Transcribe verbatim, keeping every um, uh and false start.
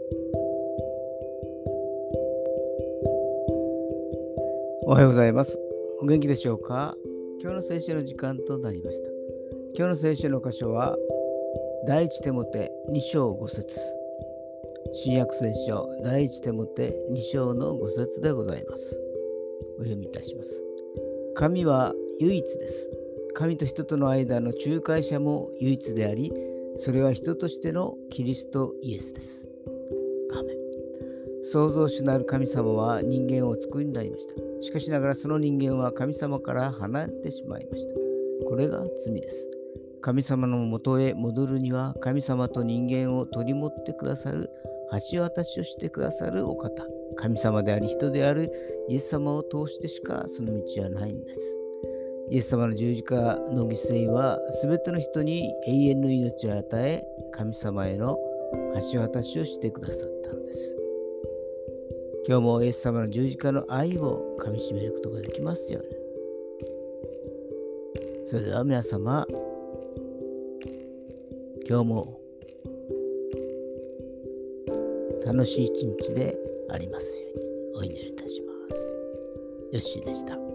おはようございます。お元気でしょうか？今日の聖書の時間となりました。今日の聖書の箇所は、第一テモテに章ご節。新約聖書第一テモテに章のご節でございます。お読みいたします。神は唯一です。神と人との間の仲介者も唯一であり、それは人としてのキリストイエスです。アーメン。創造主なる神様は人間をお作りになりました。しかしながらその人間は神様から離れてしまいました。これが罪です。神様のもとへ戻るには、神様と人間を取り持ってくださる、橋渡しをしてくださるお方、神様であり人であるイエス様を通してしかその道はないんです。イエス様の十字架の犠牲は、すべての人に永遠の命を与え、神様への橋渡しをしてくださったのです。今日もイエス様の十字架の愛をかみしめることができますように。それでは皆様、今日も楽しい一日でありますようにお祈りいたします。よっしーでした。